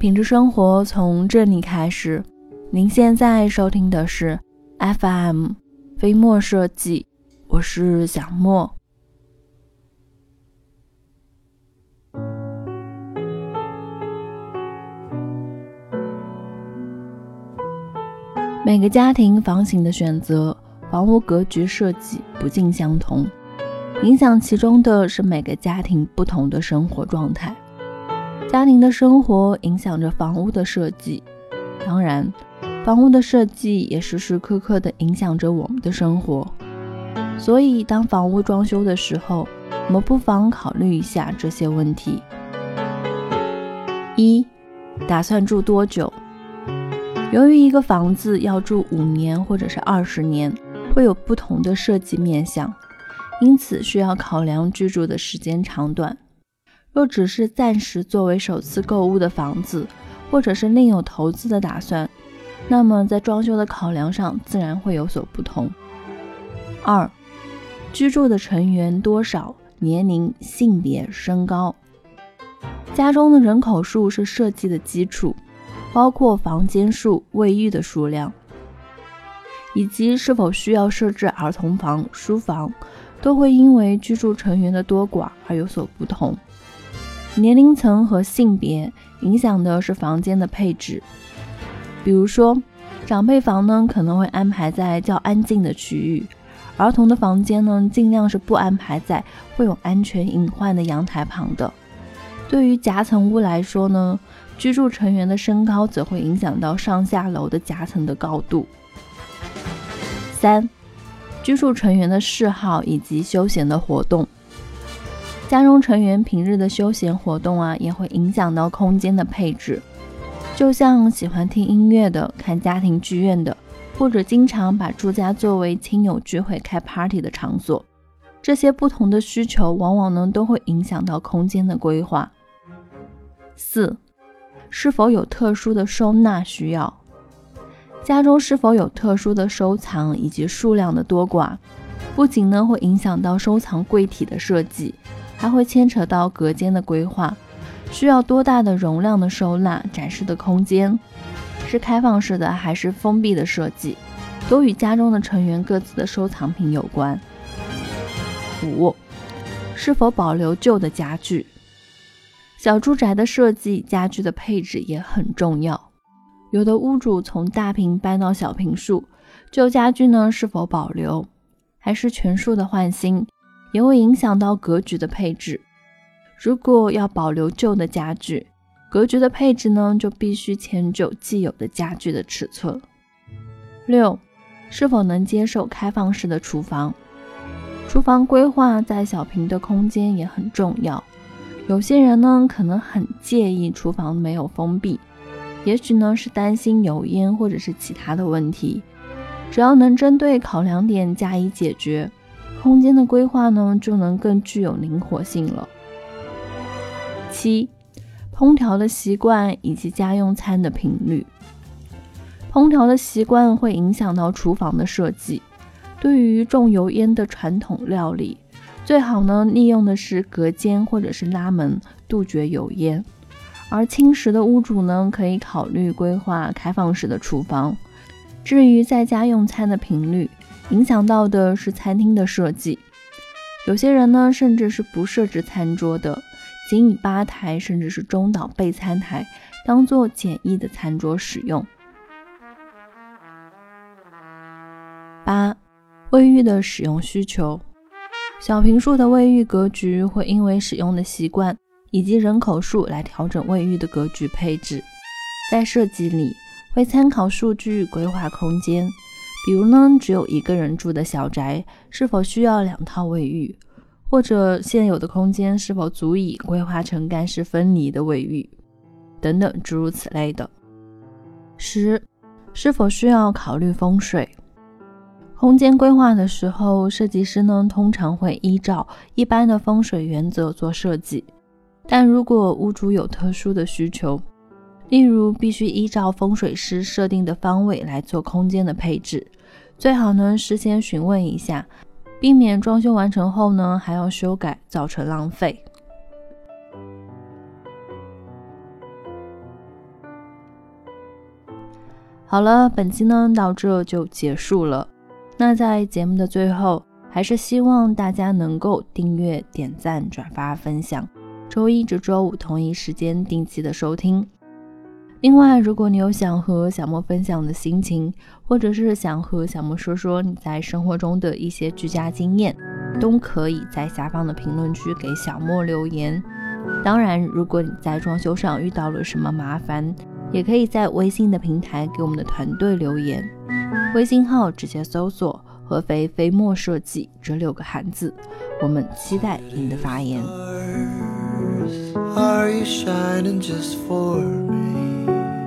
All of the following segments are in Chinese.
品质生活从这里开始。您现在收听的是 FM 飞墨设计，我是小莫。每个家庭房型的选择，房屋格局设计不尽相同，影响其中的是每个家庭不同的生活状态。家庭的生活影响着房屋的设计，当然，房屋的设计也时时刻刻地影响着我们的生活。所以，当房屋装修的时候，我们不妨考虑一下这些问题。1. 打算住多久？由于一个房子要住5年或者是20年，会有不同的设计面向，因此需要考量居住的时间长短。若只是暂时作为首次购物的房子，或者是另有投资的打算，那么在装修的考量上自然会有所不同。2. 居住的成员多少、年龄、性别、身高。家中的人口数是设计的基础，包括房间数、卫浴的数量，以及是否需要设置儿童房、书房，都会因为居住成员的多寡而有所不同。年龄层和性别影响的是房间的配置，比如说长辈房呢可能会安排在较安静的区域，儿童的房间呢尽量是不安排在会有安全隐患的阳台旁的。对于夹层屋来说呢，居住成员的身高则会影响到上下楼的夹层的高度。3. 居住成员的嗜好以及休闲的活动。家中成员平日的休闲活动也会影响到空间的配置。就像喜欢听音乐的、看家庭剧院的，或者经常把住家作为亲友聚会开 party 的场所，这些不同的需求往往呢都会影响到空间的规划。4. 是否有特殊的收纳需要？家中是否有特殊的收藏以及数量的多寡，不仅呢会影响到收藏柜体的设计，还会牵扯到隔间的规划，需要多大的容量的收纳展示的空间，是开放式的还是封闭的设计，都与家中的成员各自的收藏品有关。5. 是否保留旧的家具？小住宅的设计，家具的配置也很重要。有的屋主从大坪搬到小坪数，旧家具呢是否保留，还是全数的换新，也会影响到格局的配置。如果要保留旧的家具，格局的配置呢就必须迁就既有的家具的尺寸。6. 是否能接受开放式的厨房？厨房规划在小坪的空间也很重要。有些人呢可能很介意厨房没有封闭，也许呢是担心油烟或者是其他的问题，只要能针对考量点加以解决，空间的规划呢就能更具有灵活性了。7. 烹调的习惯以及家用餐的频率。烹调的习惯会影响到厨房的设计，对于重油烟的传统料理，最好呢利用的是隔间或者是拉门，杜绝油烟。而轻食的屋主呢可以考虑规划开放式的厨房。至于在家用餐的频率，影响到的是餐厅的设计。有些人呢甚至是不设置餐桌的，仅以吧台甚至是中岛备餐台当做简易的餐桌使用。8. 卫浴的使用需求。小坪数的卫浴格局会因为使用的习惯以及人口数来调整卫浴的格局配置。在设计里会参考数据规划空间，比如呢只有一个人住的小宅是否需要2套卫浴，或者现有的空间是否足以规划成干湿分离的卫浴等等诸如此类的。10. 是否需要考虑风水？空间规划的时候，设计师呢通常会依照一般的风水原则做设计，但如果屋主有特殊的需求，例如必须依照风水师设定的方位来做空间的配置，最好呢事先询问一下，避免装修完成后呢还要修改，造成浪费。 好了，本期呢到这就结束了。那在节目的最后，还是希望大家能够订阅、点赞、转发、分享，周一至周五同一时间定期的收听。另外，如果你有想和小莫分享的心情，或者是想和小莫说说你在生活中的一些居家经验，都可以在下方的评论区给小莫留言。当然，如果你在装修上遇到了什么麻烦，也可以在微信的平台给我们的团队留言，微信号直接搜索合肥飞墨设计这6个汉字，我们期待您的发言。 Are you shining just for me?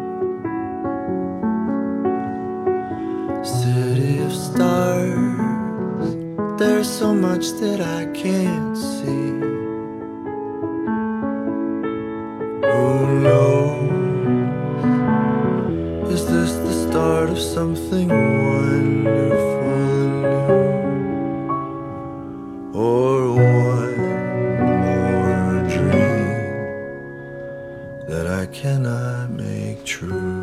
City of stars, there's so much that I can't see. Who knows? Is this the start of something wonderful and new? Or one more dream that I cannot make true?